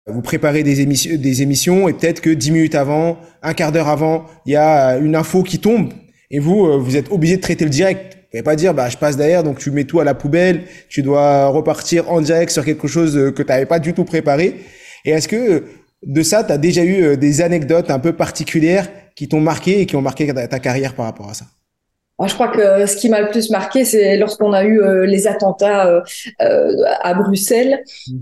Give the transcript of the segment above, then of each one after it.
Vous préparez des émissions et peut-être que 10 minutes avant, un quart d'heure avant, il y a une info qui tombe et vous êtes obligé de traiter le direct. Vous pouvez pas dire, je passe derrière, donc tu mets tout à la poubelle, tu dois repartir en direct sur quelque chose que tu n'avais pas du tout préparé. Et est-ce que de ça, tu as déjà eu des anecdotes un peu particulières qui t'ont marqué et qui ont marqué ta carrière par rapport à ça? Moi, je crois que ce qui m'a le plus marqué, c'est lorsqu'on a eu les attentats à Bruxelles.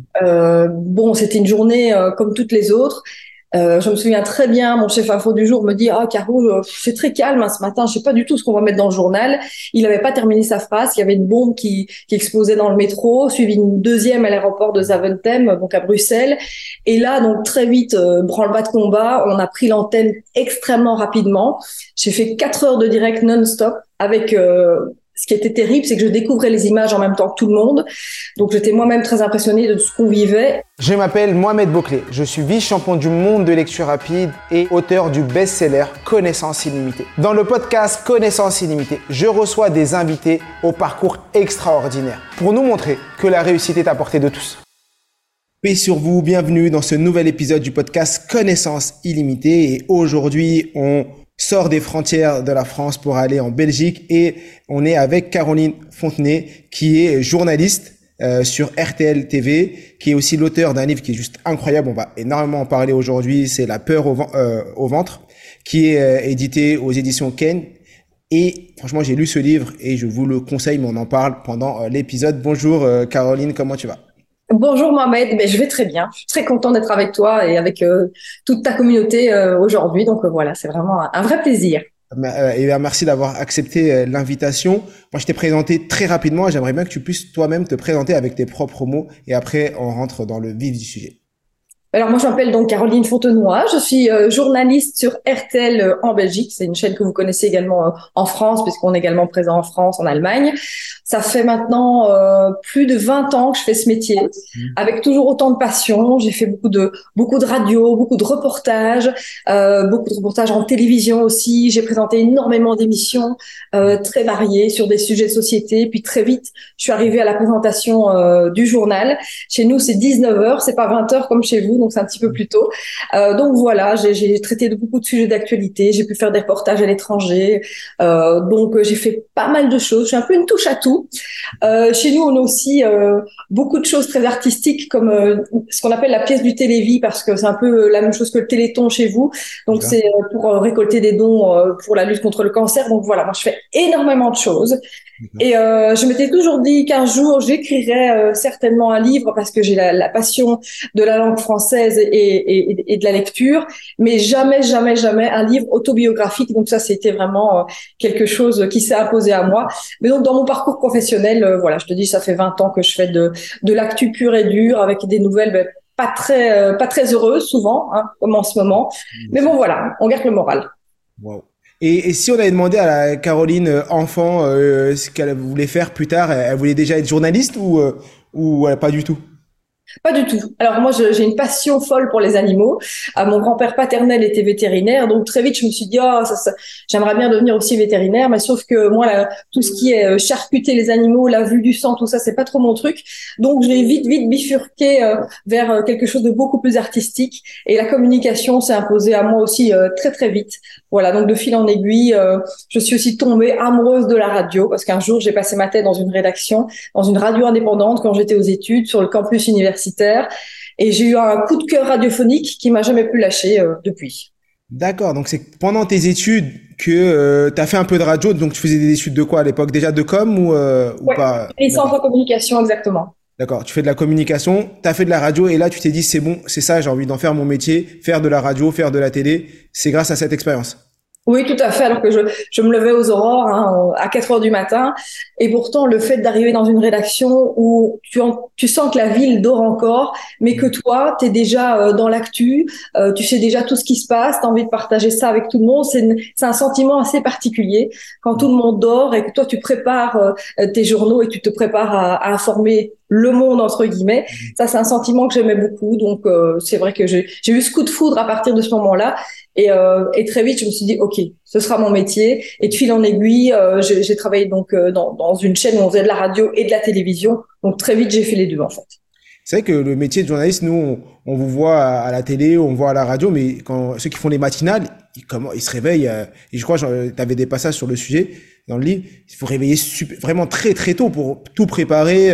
Bon, c'était une journée comme toutes les autres. Je me souviens très bien, mon chef info du jour me dit: «Ah, Caro, c'est très calme hein, ce matin, je sais pas du tout ce qu'on va mettre dans le journal.» Il n'avait pas terminé sa phrase, il y avait une bombe qui explosait dans le métro, suivi une deuxième à l'aéroport de Zaventem, donc à Bruxelles. Et là, donc très vite, branle-bas de combat, on a pris l'antenne extrêmement rapidement. J'ai fait 4 heures de direct non-stop avec... ce qui était terrible, c'est que je découvrais les images en même temps que tout le monde. Donc j'étais moi-même très impressionnée de ce qu'on vivait. Je m'appelle Mohamed Bouclé, je suis vice-champion du monde de lecture rapide et auteur du best-seller Connaissance illimitée. Dans le podcast Connaissance illimitée, je reçois des invités au parcours extraordinaire pour nous montrer que la réussite est à portée de tous. Paix sur vous, bienvenue dans ce nouvel épisode du podcast Connaissance illimitée. Et aujourd'hui, on sort des frontières de la France pour aller en Belgique et on est avec Caroline Fontenay qui est journaliste sur RTL TV, qui est aussi l'auteur d'un livre qui est juste incroyable. On va énormément en parler aujourd'hui. C'est La peur au ventre, qui est édité aux éditions Ken. Et franchement, j'ai lu ce livre et je vous le conseille, mais on en parle pendant l'épisode. Bonjour Caroline, comment tu vas? Bonjour Mohamed, mais je vais très bien. Je suis très contente d'être avec toi et avec toute ta communauté aujourd'hui. Donc voilà, c'est vraiment un vrai plaisir. Et merci d'avoir accepté l'invitation. Moi, je t'ai présenté très rapidement et j'aimerais bien que tu puisses toi-même te présenter avec tes propres mots et après, on rentre dans le vif du sujet. Alors moi, je m'appelle donc Caroline Fontenoy. Je suis journaliste sur RTL en Belgique. C'est une chaîne que vous connaissez également en France, puisqu'on est également présent en France, en Allemagne. Ça fait maintenant plus de 20 ans que je fais ce métier, avec toujours autant de passion. J'ai fait beaucoup de radio, beaucoup de reportages en télévision aussi. J'ai présenté énormément d'émissions très variées sur des sujets de société. Puis très vite, je suis arrivée à la présentation du journal. Chez nous, c'est 19 heures, c'est pas 20 heures comme chez vous, donc c'est un petit peu plus tôt. Donc voilà, j'ai traité de beaucoup de sujets d'actualité. J'ai pu faire des reportages à l'étranger. Donc j'ai fait pas mal de choses. Je suis un peu une touche à tout. Chez nous, on a aussi beaucoup de choses très artistiques, comme ce qu'on appelle la pièce du Télévis, parce que c'est un peu la même chose que le Téléthon chez vous. Donc D'accord. c'est pour récolter des dons pour la lutte contre le cancer. Donc voilà, moi je fais énormément de choses. D'accord. Et je m'étais toujours dit qu'un jour j'écrirais certainement un livre, parce que j'ai la passion de la langue française et de la lecture, mais jamais, jamais, jamais un livre autobiographique. Donc ça, c'était vraiment quelque chose qui s'est imposé à moi. Mais donc dans mon parcours professionnel, voilà, je te dis, ça fait 20 ans que je fais de l'actu pure et dure, avec des nouvelles pas très heureuses souvent, hein, comme en ce moment. Bien Mais sûr. bon, voilà, on garde le moral. Wow. Et si on avait demandé à la Caroline enfant ce qu'elle voulait faire plus tard, elle voulait déjà être journaliste ou pas du tout? Pas du tout. Alors moi, j'ai une passion folle pour les animaux. Mon grand-père paternel était vétérinaire, donc très vite je me suis dit, oh, j'aimerais bien devenir aussi vétérinaire, mais sauf que moi, tout ce qui est charcuter les animaux, la vue du sang, tout ça, c'est pas trop mon truc. Donc j'ai vite bifurqué vers quelque chose de beaucoup plus artistique, et la communication s'est imposée à moi aussi très vite. Voilà, donc de fil en aiguille, je suis aussi tombée amoureuse de la radio, parce qu'un jour j'ai passé ma tête dans une rédaction, dans une radio indépendante quand j'étais aux études sur le campus universitaire, et j'ai eu un coup de cœur radiophonique qui m'a jamais pu lâcher depuis. D'accord, donc c'est pendant tes études que tu as fait un peu de radio, donc tu faisais des études de quoi à l'époque? Déjà de com ou Ouais, pas? licence D'accord. en communication exactement. D'accord, tu fais de la communication, tu as fait de la radio et là tu t'es dit c'est bon, c'est ça, j'ai envie d'en faire mon métier, faire de la radio, faire de la télé, c'est grâce à cette expérience. Oui, tout à fait. Alors que je me levais aux aurores hein, à 4 heures du matin. Et pourtant, le fait d'arriver dans une rédaction où tu sens que la ville dort encore, mais que toi, tu es déjà dans l'actu, tu sais déjà tout ce qui se passe, tu as envie de partager ça avec tout le monde. C'est un sentiment assez particulier quand tout le monde dort et que toi, tu prépares tes journaux et tu te prépares à informer le monde, entre guillemets. Ça, c'est un sentiment que j'aimais beaucoup. Donc, c'est vrai que j'ai eu ce coup de foudre à partir de ce moment-là. Et très vite, je me suis dit, OK, ce sera mon métier. Et de fil en aiguille, j'ai travaillé donc dans une chaîne où on faisait de la radio et de la télévision. Donc très vite, j'ai fait les deux en fait. C'est vrai que le métier de journaliste, nous, on vous voit à la télé, on voit à la radio, mais quand ceux qui font les matinales, ils se réveillent. Et je crois que tu avais des passages sur le sujet dans le livre. Il faut réveiller vraiment très très tôt pour tout préparer.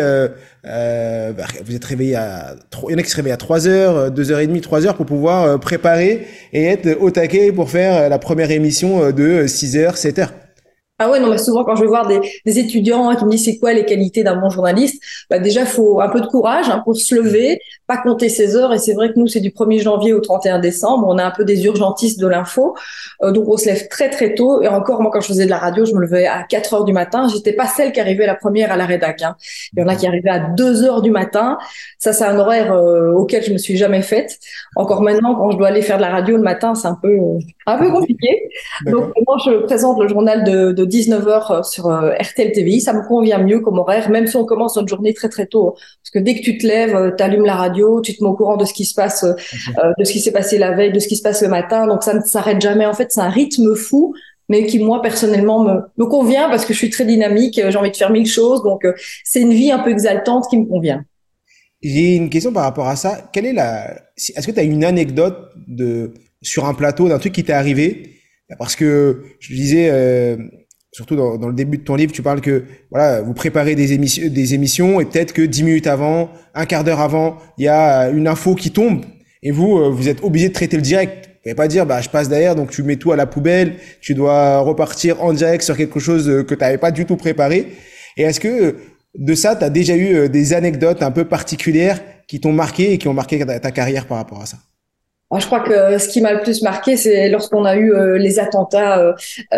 Vous êtes réveillé il y en a qui se réveillent à 3h, 2h30, 3h pour pouvoir préparer et être au taquet pour faire la première émission de 6h, 7h. Ah ouais, non, mais souvent quand je vais voir des étudiants qui me disent c'est quoi les qualités d'un bon journaliste, bah déjà faut un peu de courage pour se lever, pas compter ses heures. Et c'est vrai que nous c'est du 1er janvier au 31 décembre, on a un peu des urgentistes de l'info, donc on se lève très très tôt. Et encore moi quand je faisais de la radio, je me levais à 4 heures du matin. J'étais pas celle qui arrivait la première à la rédac. Il y en a qui arrivaient à 2 heures du matin. Ça c'est un horaire auquel je me suis jamais faite. Encore maintenant quand je dois aller faire de la radio le matin, c'est un peu compliqué. Donc moi je présente le journal de 19h sur RTL TVI, ça me convient mieux comme horaire, même si on commence notre journée très très tôt. Parce que dès que tu te lèves, tu allumes la radio, tu te mets au courant de ce qui se passe, de ce qui s'est passé la veille, de ce qui se passe le matin. Donc ça ne s'arrête jamais. En fait, c'est un rythme fou, mais qui moi personnellement me convient parce que je suis très dynamique, j'ai envie de faire 1000 choses. Donc c'est une vie un peu exaltante qui me convient. J'ai une question par rapport à ça. Est-ce que tu as une anecdote sur un plateau d'un truc qui t'est arrivé? Parce que je disais, surtout dans le début de ton livre, tu parles que voilà, vous préparez des émissions et peut-être que 10 minutes avant, un quart d'heure avant, il y a une info qui tombe et vous êtes obligé de traiter le direct. Vous pouvez pas dire je passe derrière, donc tu mets tout à la poubelle, tu dois repartir en direct sur quelque chose que tu n'avais pas du tout préparé. Et est-ce que de ça, tu as déjà eu des anecdotes un peu particulières qui t'ont marqué et qui ont marqué ta carrière par rapport à ça? Je crois que ce qui m'a le plus marqué, c'est lorsqu'on a eu les attentats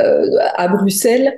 à Bruxelles.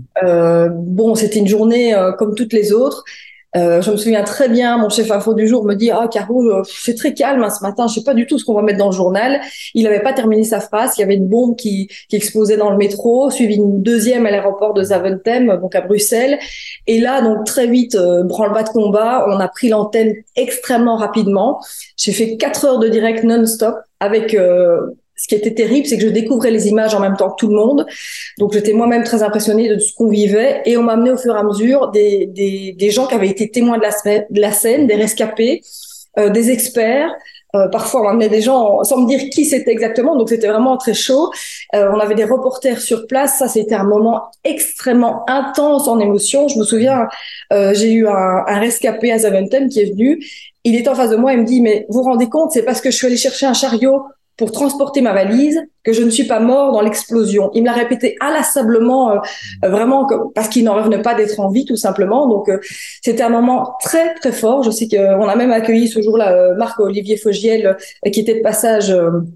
Bon, c'était une journée comme toutes les autres. Je me souviens très bien, mon chef info du jour me dit Caro, c'est très calme ce matin, je sais pas du tout ce qu'on va mettre dans le journal. Il n'avait pas terminé sa phrase, il y avait une bombe qui explosait dans le métro, suivi une deuxième à l'aéroport de Zaventem, donc à Bruxelles. Et là, donc très vite, branle-bas de combat, on a pris l'antenne extrêmement rapidement. J'ai fait 4 heures de direct non-stop avec ce qui était terrible, c'est que je découvrais les images en même temps que tout le monde. Donc, j'étais moi-même très impressionnée de ce qu'on vivait. Et on m'a amené au fur et à mesure des gens qui avaient été témoins de la scène, des rescapés, des experts. Parfois, on m'amenait des gens sans me dire qui c'était exactement. Donc, c'était vraiment très chaud. On avait des reporters sur place. Ça, c'était un moment extrêmement intense en émotion. Je me souviens, j'ai eu un rescapé à Zaventem qui est venu. Il était en face de moi et me dit, mais vous vous rendez compte, c'est parce que je suis allée chercher un chariot pour transporter ma valise que je ne suis pas mort dans l'explosion. Il me l'a répété inlassablement, vraiment, parce qu'il n'en revenait pas d'être en vie, tout simplement. Donc, c'était un moment très, très fort. Je sais qu'on a même accueilli ce jour-là Marc-Olivier Fogiel, qui était de passage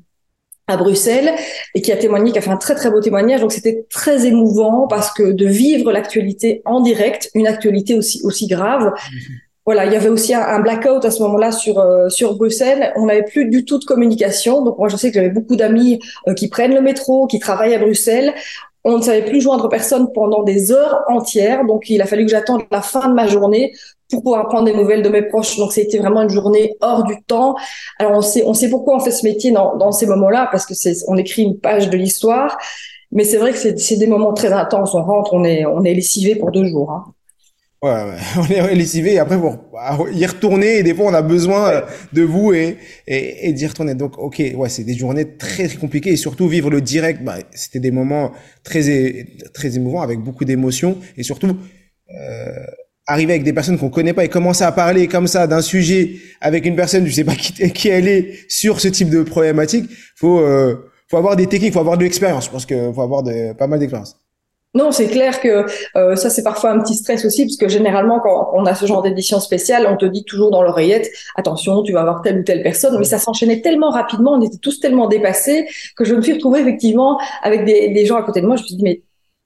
à Bruxelles et qui a témoigné, qui a fait un très, très beau témoignage. Donc, c'était très émouvant parce que de vivre l'actualité en direct, une actualité aussi grave. Voilà, il y avait aussi un blackout à ce moment-là sur Bruxelles. On n'avait plus du tout de communication. Donc moi, je sais que j'avais beaucoup d'amis qui prennent le métro, qui travaillent à Bruxelles. On ne savait plus joindre personne pendant des heures entières. Donc il a fallu que j'attende la fin de ma journée pour pouvoir prendre des nouvelles de mes proches. Donc c'était vraiment une journée hors du temps. Alors on sait pourquoi on fait ce métier dans ces moments-là, parce que on écrit une page de l'histoire. Mais c'est vrai que c'est des moments très intenses. On rentre, on est lessivé pour 2 jours. Ouais, on est lessivé et après pour y retourner et des fois on a besoin de vous et d'y retourner. Donc ok, ouais, c'est des journées très très compliquées et surtout vivre le direct, c'était des moments très émouvants avec beaucoup d'émotions et surtout arriver avec des personnes qu'on connaît pas et commencer à parler comme ça d'un sujet avec une personne, je sais pas qui elle est sur ce type de problématique. Faut avoir des techniques, faut avoir de l'expérience. Je pense que faut avoir pas mal d'expérience. Non, c'est clair que ça, c'est parfois un petit stress aussi, parce que généralement, quand on a ce genre d'édition spéciale, on te dit toujours dans l'oreillette, attention, tu vas avoir telle ou telle personne, mais ça s'enchaînait tellement rapidement, on était tous tellement dépassés, que je me suis retrouvée effectivement avec des gens à côté de moi. Je me suis dit, mais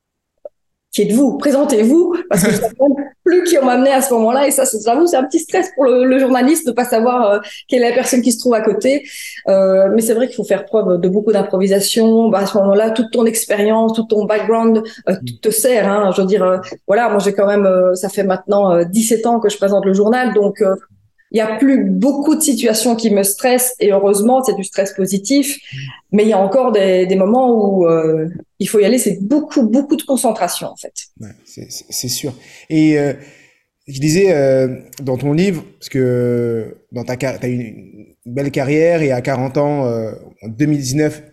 qui êtes-vous? Présentez-vous, parce que je ne sais même plus qui on m'a amené à ce moment-là. Et ça, j'avoue, c'est un petit stress pour le journaliste de pas savoir quelle est la personne qui se trouve à côté. Mais c'est vrai qu'il faut faire preuve de beaucoup d'improvisation. À ce moment-là, toute ton expérience, tout ton background te sert. Hein. Je veux dire, voilà, moi j'ai quand même, ça fait maintenant 17 ans que je présente le journal, donc il y a plus beaucoup de situations qui me stressent et heureusement, c'est du stress positif. Mais il y a encore des moments où il faut y aller. C'est beaucoup de concentration en fait. Ouais, c'est sûr. Et Je disais dans ton livre, parce que t'as eu une belle carrière et à 40 ans, en 2019,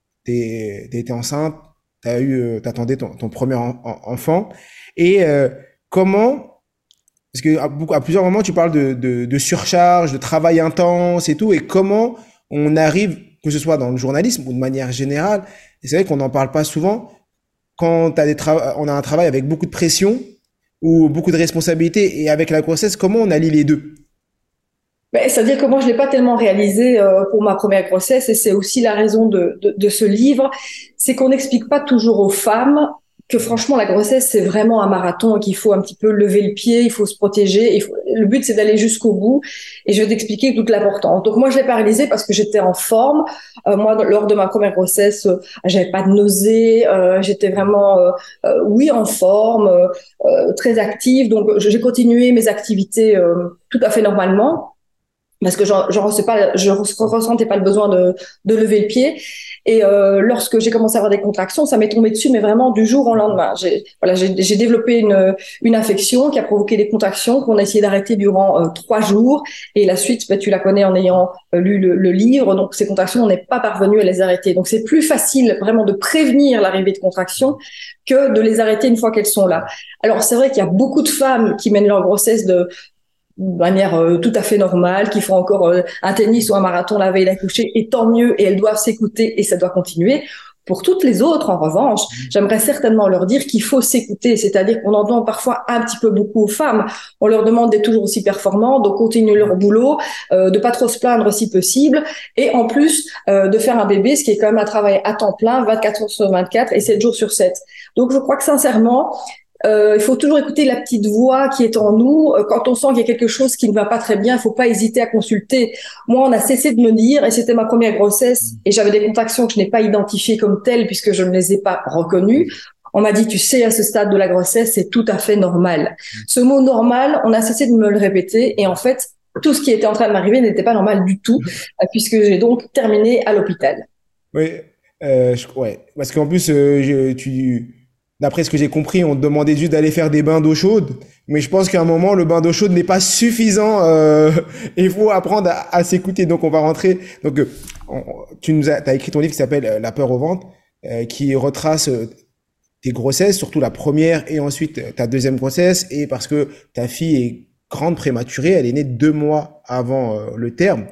t'as été enceinte, t'attendais ton premier enfant. Et comment, parce que à plusieurs moments tu parles de surcharge, de travail intense et tout, et comment on arrive, que ce soit dans le journalisme ou de manière générale, et c'est vrai qu'on n'en parle pas souvent, quand on a un travail avec beaucoup de pression ou beaucoup de responsabilités et avec la grossesse, comment on allie les deux? Ben, c'est-à-dire que moi, je l'ai pas tellement réalisé pour ma première grossesse et c'est aussi la raison de ce livre, c'est qu'on n'explique pas toujours aux femmes que franchement, la grossesse, c'est vraiment un marathon et qu'il faut un petit peu lever le pied, il faut se protéger. Le but, c'est d'aller jusqu'au bout et je vais t'expliquer toute l'importance. Donc moi, je l'ai pas réalisé parce que j'étais en forme. Moi, lors de ma première grossesse, j'avais pas de nausées, j'étais vraiment, oui, en forme, très active. Donc, j'ai continué mes activités tout à fait normalement parce que je ressentais pas le besoin de lever le pied. Et lorsque j'ai commencé à avoir des contractions, ça m'est tombé dessus, mais vraiment du jour au lendemain. J'ai développé une infection qui a provoqué des contractions qu'on a essayé d'arrêter durant 3 jours. Et la suite, ben, tu la connais en ayant lu le livre. Donc ces contractions, on n'est pas parvenu à les arrêter. Donc c'est plus facile vraiment de prévenir l'arrivée de contractions que de les arrêter une fois qu'elles sont là. Alors c'est vrai qu'il y a beaucoup de femmes qui mènent leur grossesse de manière tout à fait normale, qui font encore un tennis ou un marathon la veille d'accoucher, et tant mieux, et elles doivent s'écouter et ça doit continuer. Pour toutes les autres, en revanche, j'aimerais certainement leur dire qu'il faut s'écouter, c'est-à-dire qu'on en demande parfois un petit peu beaucoup aux femmes. On leur demande d'être toujours aussi performantes, de continuer leur boulot, de pas trop se plaindre si possible, et en plus de faire un bébé, ce qui est quand même un travail à temps plein, 24 heures sur 24 et 7 jours sur 7. Donc je crois que sincèrement, il faut toujours écouter la petite voix qui est en nous. Quand on sent qu'il y a quelque chose qui ne va pas très bien, il faut pas hésiter à consulter. Moi, on a cessé de me dire, et c'était ma première grossesse, et j'avais des contractions que je n'ai pas identifiées comme telles puisque je ne les ai pas reconnues. On m'a dit, tu sais, à ce stade de la grossesse, c'est tout à fait normal. Ce mot normal, on a cessé de me le répéter, et en fait, tout ce qui était en train de m'arriver n'était pas normal du tout, puisque j'ai donc terminé à l'hôpital. Oui, ouais, parce qu'en plus, d'après ce que j'ai compris, on te demandait juste d'aller faire des bains d'eau chaude, mais je pense qu'à un moment, le bain d'eau chaude n'est pas suffisant. Il faut apprendre à s'écouter. Donc, on va rentrer. Donc, t'as écrit ton livre qui s'appelle La peur au ventre, qui retrace tes grossesses, surtout la première et ensuite ta deuxième grossesse, et parce que ta fille est grande prématurée, elle est née 2 mois avant le terme.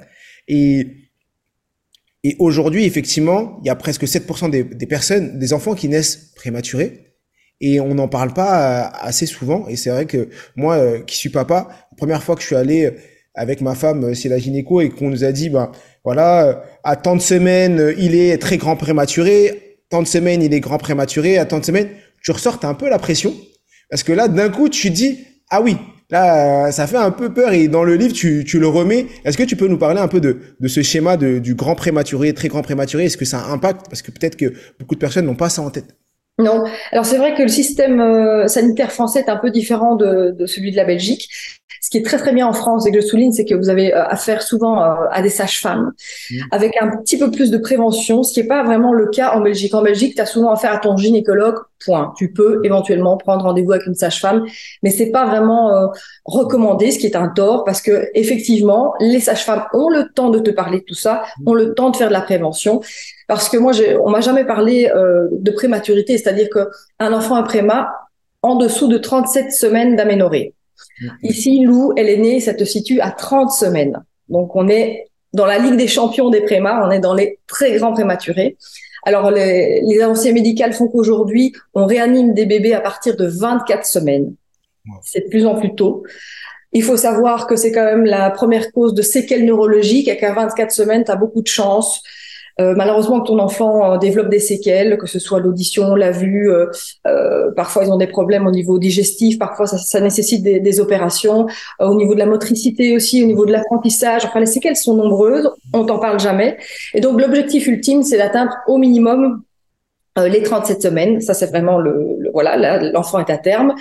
Et aujourd'hui, effectivement, il y a presque 7% des personnes, des enfants qui naissent prématurés. Et on n'en parle pas assez souvent. Et c'est vrai que moi, qui suis papa, la première fois que je suis allé avec ma femme chez la gynéco et qu'on nous a dit, ben voilà, à tant de semaines, il est très grand prématuré, tant de semaines, il est grand prématuré, à tant de semaines, tu ressors, t'as un peu la pression. Parce que là, d'un coup, tu te dis, ah oui, là, ça fait un peu peur. Et dans le livre, tu le remets. Est-ce que tu peux nous parler un peu de ce schéma du grand prématuré, très grand prématuré? Est-ce que ça impacte? Parce que peut-être que beaucoup de personnes n'ont pas ça en tête. Non. Alors c'est vrai que le système sanitaire français est un peu différent de celui de la Belgique. Ce qui est très très bien en France et que je souligne, c'est que vous avez affaire souvent à des sages-femmes avec un petit peu plus de prévention, ce qui n'est pas vraiment le cas en Belgique. En Belgique, tu as souvent affaire à ton gynécologue, point. Tu peux éventuellement prendre rendez-vous avec une sage-femme, mais c'est pas vraiment recommandé, ce qui est un tort, parce que effectivement, les sages-femmes ont le temps de te parler de tout ça, ont le temps de faire de la prévention. Parce que moi, on m'a jamais parlé de prématurité, c'est-à-dire qu'un enfant imprémat en dessous de 37 semaines d'aménorrhée. Ici, Lou, elle est née, ça te situe à 30 semaines. Donc, on est dans la Ligue des champions des prémas, on est dans les très grands prématurés. Alors, les avancées médicales font qu'aujourd'hui, on réanime des bébés à partir de 24 semaines. C'est de plus en plus tôt. Il faut savoir que c'est quand même la première cause de séquelles neurologiques et qu'à 24 semaines, tu as beaucoup de chance. Malheureusement que ton enfant développe des séquelles, que ce soit l'audition, la vue, parfois ils ont des problèmes au niveau digestif, parfois ça nécessite des opérations, au niveau de la motricité aussi, au niveau de l'apprentissage, enfin les séquelles sont nombreuses, on t'en parle jamais. Et donc l'objectif ultime, c'est d'atteindre au minimum les 37 semaines, ça c'est vraiment voilà, là, l'enfant est à terme.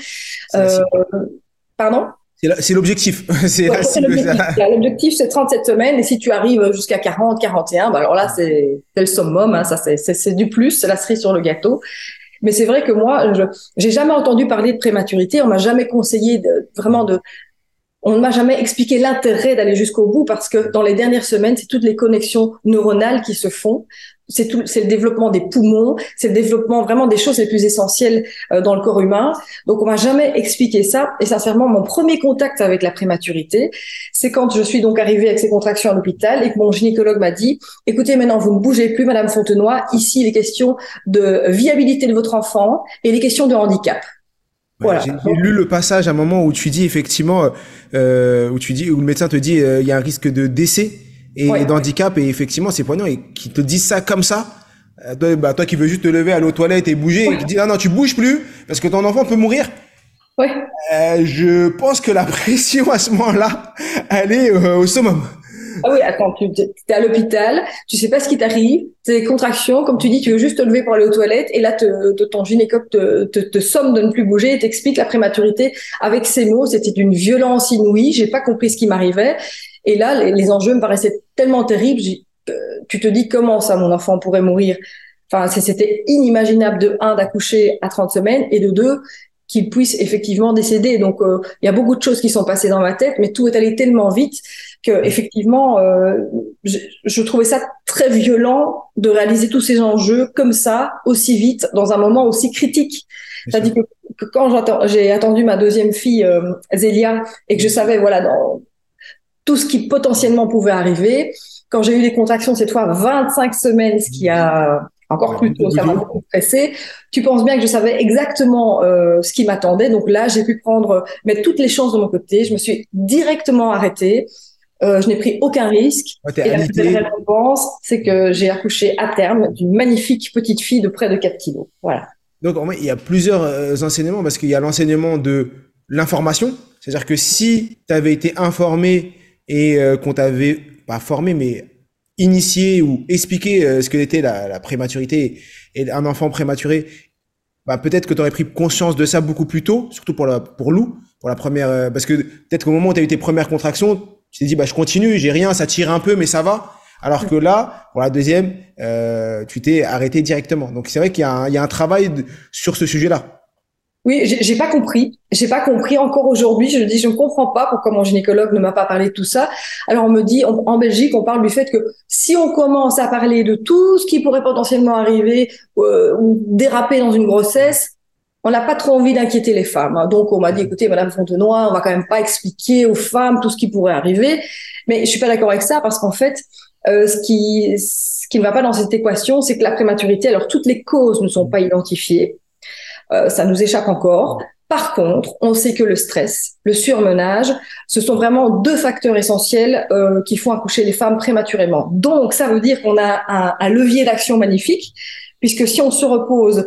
Pardon ? C'est l'objectif. C'est l'objectif. L'objectif, c'est 37 semaines. Et si tu arrives jusqu'à 40, 41, bah alors là, c'est le summum. Hein, ça, c'est du plus. C'est la cerise sur le gâteau. Mais c'est vrai que moi, j'ai jamais entendu parler de prématurité. On m'a jamais conseillé on ne m'a jamais expliqué l'intérêt d'aller jusqu'au bout parce que dans les dernières semaines, c'est toutes les connexions neuronales qui se font. C'est le développement des poumons, c'est le développement vraiment des choses les plus essentielles dans le corps humain. Donc, on m'a jamais expliqué ça. Et sincèrement, mon premier contact avec la prématurité, c'est quand je suis donc arrivée avec ces contractions à l'hôpital et que mon gynécologue m'a dit, écoutez, maintenant, vous ne bougez plus, Madame Fontenoy. Ici, les questions de viabilité de votre enfant et les questions de handicap. Ouais, Voilà. j'ai lu le passage à un moment où tu dis effectivement, où le médecin te dit, il y a un risque de décès et d'handicap, et effectivement, c'est poignant, et qu'ils te disent ça comme ça. Toi qui veux juste te lever, aller aux toilettes et bouger, et qui dit, ah non, tu bouges plus parce que ton enfant peut mourir. Ouais. Je pense que la pression à ce moment-là, elle est au summum. Ah oui, attends, tu es à l'hôpital, tu sais pas ce qui t'arrive, c'est des contractions, comme tu dis, tu veux juste te lever pour aller aux toilettes, et là, ton gynécologue te somme de ne plus bouger et t'explique la prématurité avec ces mots. C'était d'une violence inouïe, j'ai pas compris ce qui m'arrivait. Et là, les enjeux me paraissaient tellement terribles. Tu te dis, comment ça, mon enfant pourrait mourir? Enfin, c'était inimaginable, de un, d'accoucher à 30 semaines, et de deux, qu'il puisse effectivement décéder. Donc, il y a beaucoup de choses qui sont passées dans ma tête, mais tout est allé tellement vite que effectivement, je trouvais ça très violent de réaliser tous ces enjeux comme ça, aussi vite, dans un moment aussi critique. C'est-à-dire que quand j'ai attendu ma deuxième fille, Zélia, et que je savais, voilà, dans tout ce qui potentiellement pouvait arriver, quand j'ai eu les contractions cette fois 25 semaines, ce qui a encore plus tôt, ça m'a beaucoup stressé. Tu penses bien que je savais exactement ce qui m'attendait. Donc là, j'ai pu mettre toutes les chances de mon côté. Je me suis directement arrêtée. Je n'ai pris aucun risque. Et la plus belle récompense, c'est que j'ai accouché à terme d'une magnifique petite fille de près de 4 kilos. Voilà. Donc, en fait, il y a plusieurs enseignements, parce qu'il y a l'enseignement de l'information. C'est-à-dire que si tu avais été informé et qu'on t'avait pas formé, mais initié ou expliqué ce que était la prématurité et un enfant prématuré, peut-être que tu aurais pris conscience de ça beaucoup plus tôt, surtout pour Lou, pour la première, parce que peut-être qu'au moment où tu as eu tes premières contractions, tu t'es dit, je continue, j'ai rien, ça tire un peu, mais ça va. Alors que là, pour la deuxième, tu t'es arrêté directement. Donc c'est vrai qu'il y a un travail sur ce sujet-là. Oui, j'ai pas compris. J'ai pas compris encore aujourd'hui. Je dis, je ne comprends pas pourquoi mon gynécologue ne m'a pas parlé de tout ça. Alors on me dit, en Belgique, on parle du fait que si on commence à parler de tout ce qui pourrait potentiellement arriver ou déraper dans une grossesse, on n'a pas trop envie d'inquiéter les femmes. Donc on m'a dit, écoutez, Madame Fontenoy, on va quand même pas expliquer aux femmes tout ce qui pourrait arriver. Mais je suis pas d'accord avec ça, parce qu'en fait, ce qui ne va pas dans cette équation, c'est que la prématurité, alors toutes les causes ne sont pas identifiées. Ça nous échappe encore. Par contre, on sait que le stress, le surmenage, ce sont vraiment deux facteurs essentiels qui font accoucher les femmes prématurément. Donc, ça veut dire qu'on a un levier d'action magnifique, puisque si on se repose,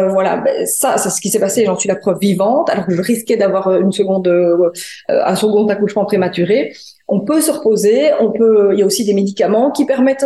ça, c'est ce qui s'est passé, j'en suis la preuve vivante, alors que je risquais d'avoir un second accouchement prématuré. On peut se reposer, il y a aussi des médicaments qui permettent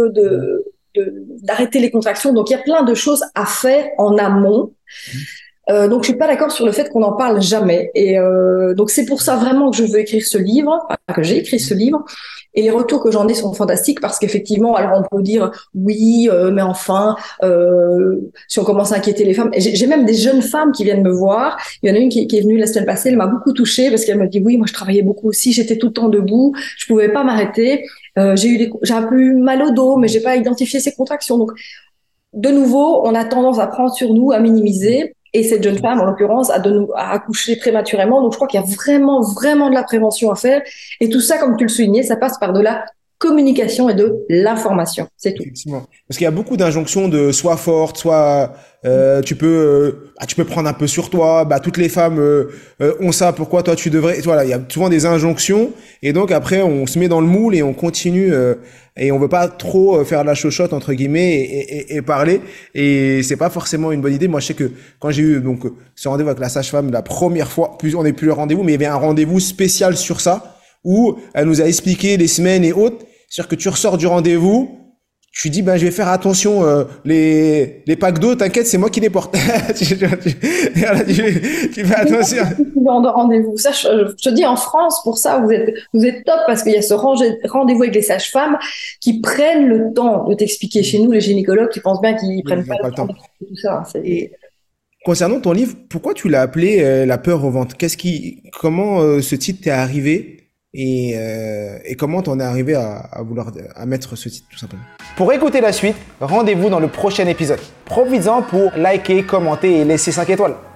d'arrêter les contractions. Donc, il y a plein de choses à faire en amont. Donc, je suis pas d'accord sur le fait qu'on n'en parle jamais. Et donc, c'est pour ça vraiment que je veux écrire ce livre, que j'ai écrit ce livre. Et les retours que j'en ai sont fantastiques, parce qu'effectivement, alors on peut dire oui, mais enfin, si on commence à inquiéter les femmes. Et j'ai même des jeunes femmes qui viennent me voir. Il y en a une qui est venue la semaine passée, elle m'a beaucoup touchée parce qu'elle me dit oui, moi je travaillais beaucoup aussi, j'étais tout le temps debout, je pouvais pas m'arrêter. J'ai un peu eu mal au dos, mais j'ai pas identifié ces contractions. Donc, de nouveau, on a tendance à prendre sur nous, à minimiser. Et cette jeune femme, en l'occurrence, a accouché prématurément. Donc, je crois qu'il y a vraiment, vraiment de la prévention à faire. Et tout ça, comme tu le soulignais, ça passe par de la communication et de l'information. C'est tout. Effectivement. Parce qu'il y a beaucoup d'injonctions de sois forte, soit tu peux prendre un peu sur toi. Toutes les femmes ont ça. Pourquoi toi tu devrais. Voilà, il y a souvent des injonctions. Et donc après, on se met dans le moule et on continue. Et on veut pas trop faire la chochotte entre guillemets et parler. Et c'est pas forcément une bonne idée. Moi, je sais que quand j'ai eu donc ce rendez-vous avec la sage-femme la première fois, on n'est plus le rendez-vous, mais il y avait un rendez-vous spécial sur ça, où elle nous a expliqué les semaines et autres. C'est-à-dire que tu ressors du rendez-vous, tu dis, je vais faire attention, les packs d'eau, t'inquiète, c'est moi qui les porte. tu fais attention. Dans de rendez-vous. Ça, je te dis, en France, pour ça, vous êtes top, parce qu'il y a ce rendez-vous avec les sages-femmes qui prennent le temps de t'expliquer. Chez nous, les gynécologues, tu penses bien qu'ils prennent pas le temps de tout ça. Concernant ton livre, pourquoi tu l'as appelé La peur au ventre? Comment ce titre t'est arrivé et comment t'en es arrivé à vouloir mettre ce titre tout simplement? Pour écouter la suite, rendez-vous dans le prochain épisode. Profites-en pour liker, commenter et laisser 5 étoiles.